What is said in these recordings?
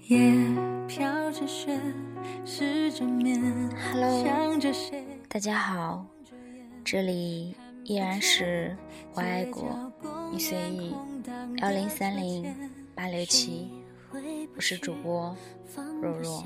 Hello， 大家好，这里依然是我爱国，你随意1030-867，我是主播若若。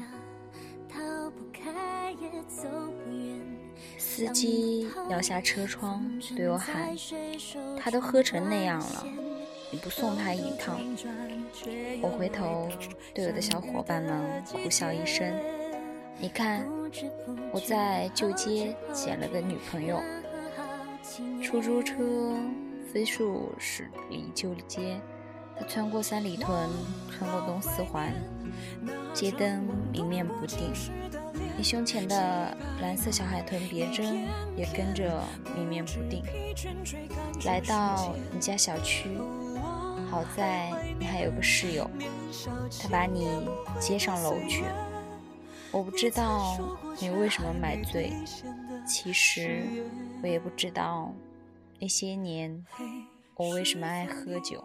司机摇下车窗对我喊，他都喝成那样了，你不送他一趟？我回头对我的小伙伴们苦笑一声，你看，我在旧街捡了个女朋友。出租车飞速驶离旧街，他穿过三里屯，穿过东四环，街灯明灭不定，你胸前的蓝色小海豚别针也跟着明灭不定。来到你家小区，好在你还有个室友，他把你接上楼去。我不知道你为什么买醉，其实我也不知道那些年我为什么爱喝酒。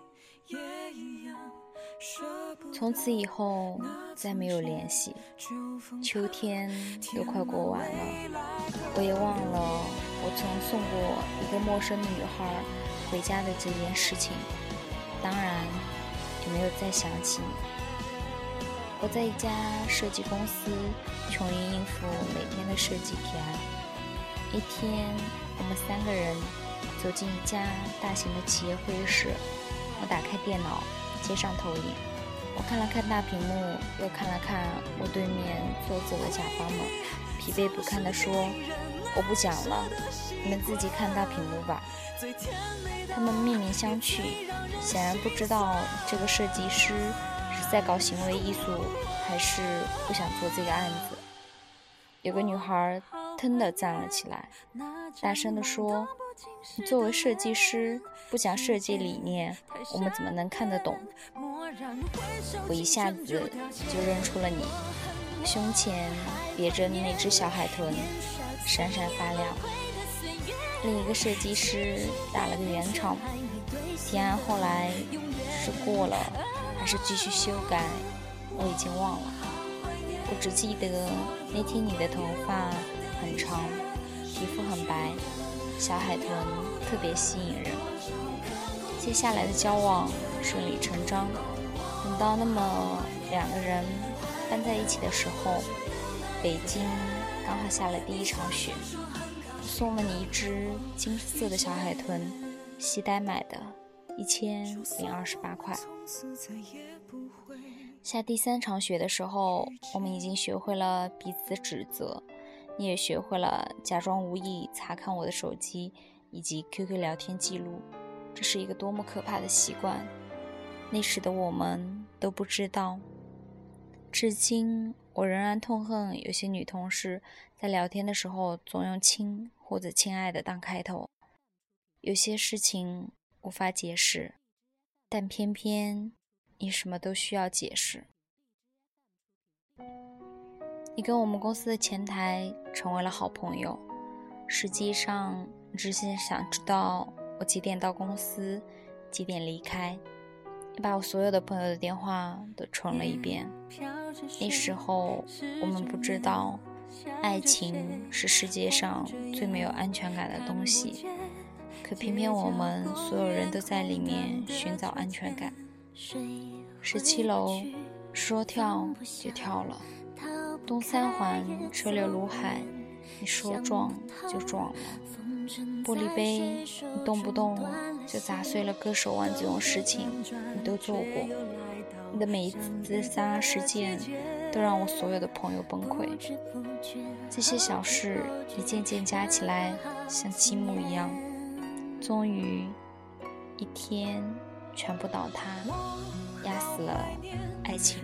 从此以后再没有联系，秋天都快过完了，我也忘了我曾送过一个陌生的女孩回家的这件事情，当然也没有再想起你。我在一家设计公司穷于应付每天的设计提案。一天，我们3个人走进一家大型的企业会议室，我打开电脑接上投影，我看了看大屏幕，又看了看我对面坐着的甲方们，疲惫不堪地说，我不讲了，你们自己看大屏幕吧。他们面面相觑，显然不知道这个设计师是在搞行为艺术，还是不想做这个案子。有个女孩腾地站了起来，大声地说，你作为设计师不讲设计理念，我们怎么能看得懂？我一下子就认出了你，胸前别着那只小海豚闪闪发亮。另一个设计师打了个圆场，提案后来是过了还是继续修改，我已经忘了。我只记得那天你的头发很长，皮肤很白，小海豚特别吸引人。接下来的交往顺理成章，等到那么2个人搬在一起的时候，北京刚好下了第一场雪，送了你一只金色的小海豚，西单买的1028块。下第3场雪的时候，我们已经学会了彼此指责，你也学会了假装无意查看我的手机以及 QQ 聊天记录，这是一个多么可怕的习惯，那时的我们都不知道。至今我仍然痛恨有些女同事在聊天的时候总用亲或者亲爱的当开头。有些事情无法解释，但偏偏你什么都需要解释。你跟我们公司的前台成为了好朋友，实际上你只是想知道我几点到公司，几点离开。你把我所有的朋友的电话都存了一遍。那时候我们不知道，爱情是世界上最没有安全感的东西，可偏偏我们所有人都在里面寻找安全感。17楼说跳就跳了，东3环车流如海，你说撞就撞了，玻璃杯你动不动就砸碎了割手腕，这种事情你都做过。你的每一次自杀事件都让我所有的朋友崩溃，这些小事一件件加起来像积木一样，终于一天全部倒塌，压死了爱情。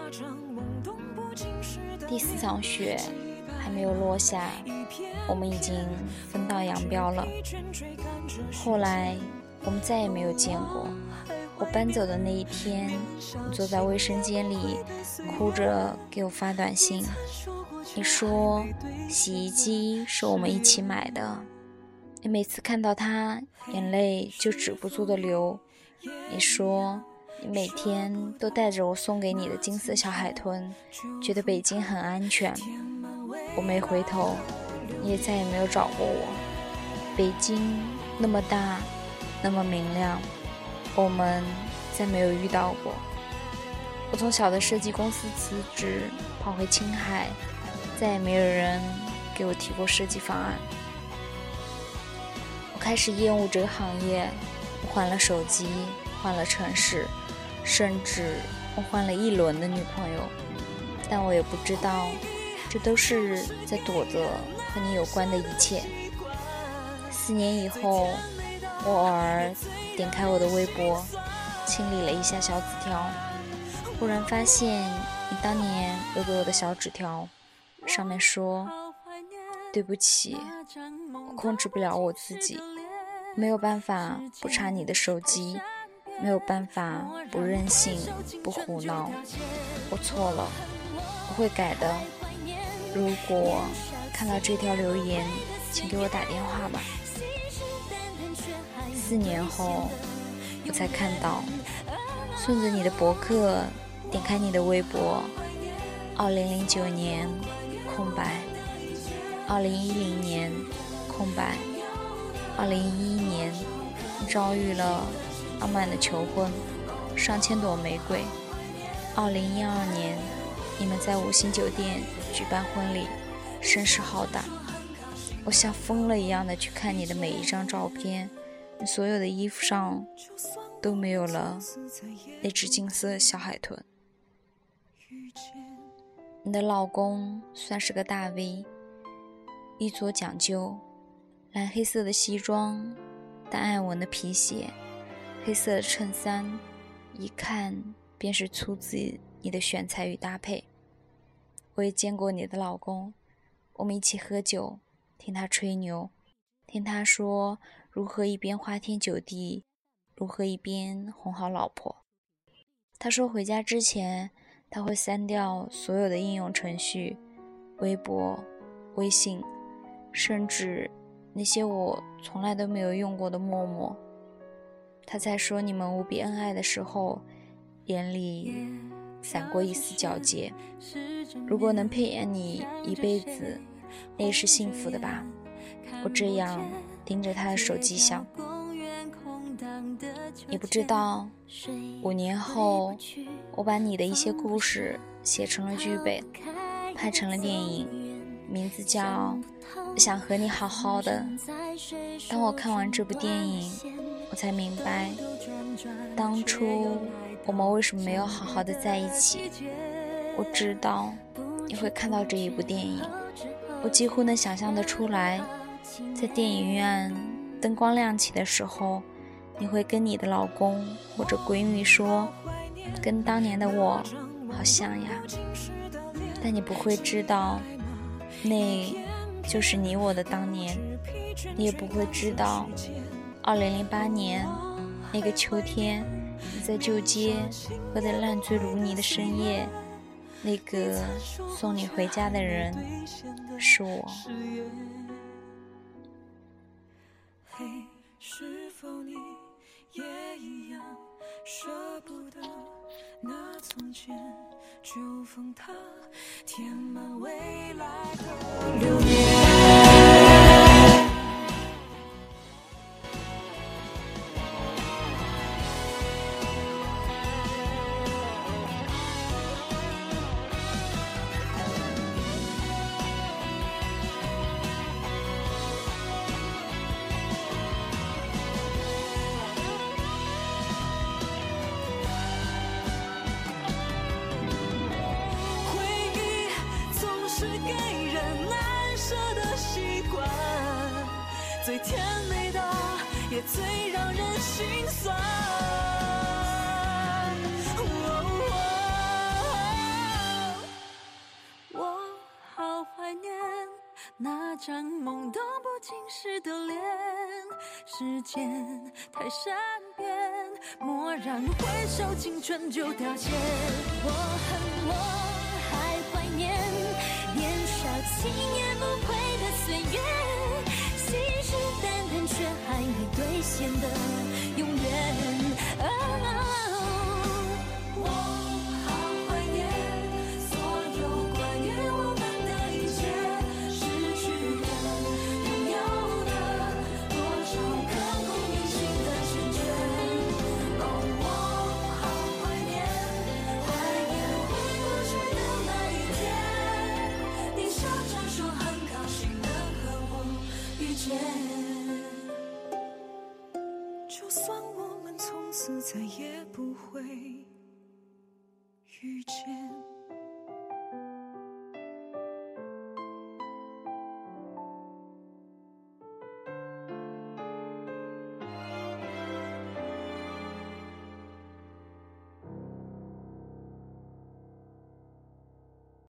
第4场雪还没有落下，我们已经分道扬镳了。后来我们再也没有见过。我搬走的那一天，你坐在卫生间里哭着给我发短信，你说洗衣机是我们一起买的，你每次看到它眼泪就止不住的流，你说你每天都带着我送给你的金色小海豚，觉得北京很安全。我没回头，你也再也没有找过我。北京那么大，那么明亮，我们再没有遇到过。我从小的设计公司辞职，跑回青海，再也没有人给我提过设计方案。我开始厌恶这个行业，我换了手机，换了城市，甚至我换了一轮的女朋友，但我也不知道，这都是在躲着和你有关的一切。4年以后，我偶尔点开我的微博，清理了一下小纸条，忽然发现你当年留给我的小纸条，上面说：对不起，我控制不了我自己，没有办法不查你的手机，没有办法不任性不胡闹，我错了，我会改的。如果看到这条留言，请给我打电话吧。4年后，我才看到，顺着你的博客点开你的微博，2009年空白，2010年空白，2011年你遭遇了浪漫的求婚，上千朵玫瑰，2012年你们在5星酒店举办婚礼，声势浩大。我像疯了一样的去看你的每一张照片，你所有的衣服上都没有了那只金色小海豚。你的老公算是个大 V， 衣着讲究，蓝黑色的西装，带暗纹的皮鞋，黑色的衬衫，一看便是出自你的选材与搭配。我也见过你的老公，我们一起喝酒，听他吹牛，听他说如何一边花天酒地，如何一边哄好老婆。他说回家之前他会删掉所有的应用程序，微博、微信，甚至那些我从来都没有用过的陌陌。他在说你们无比恩爱的时候，眼里闪过一丝皎洁。如果能陪伴你一辈子，那也是幸福的吧。我这样盯着他的手机想，也不知道5年后，我把你的一些故事写成了剧本，拍成了电影，名字叫《想和你好好的》。当我看完这部电影，我才明白，当初我们为什么没有好好的在一起。我知道你会看到这一部电影，我几乎能想象得出来，在电影院灯光亮起的时候，你会跟你的老公或者闺蜜说，跟当年的我好像呀。但你不会知道，那就是你我的当年。你也不会知道，2008年那个秋天，你在旧街喝得烂醉如泥的深夜，那个送你回家的人是我。 是否你也一样舍不得那从前，就放它填满未来的流年。最甜美的也最让人心酸。我好怀念那张懵懂不经事的脸，时间太善变，蓦然回首青春就凋谢。我还怀念年少轻言不悔的岁月，信誓旦旦却还没兑现的永远。 此再也不会遇见。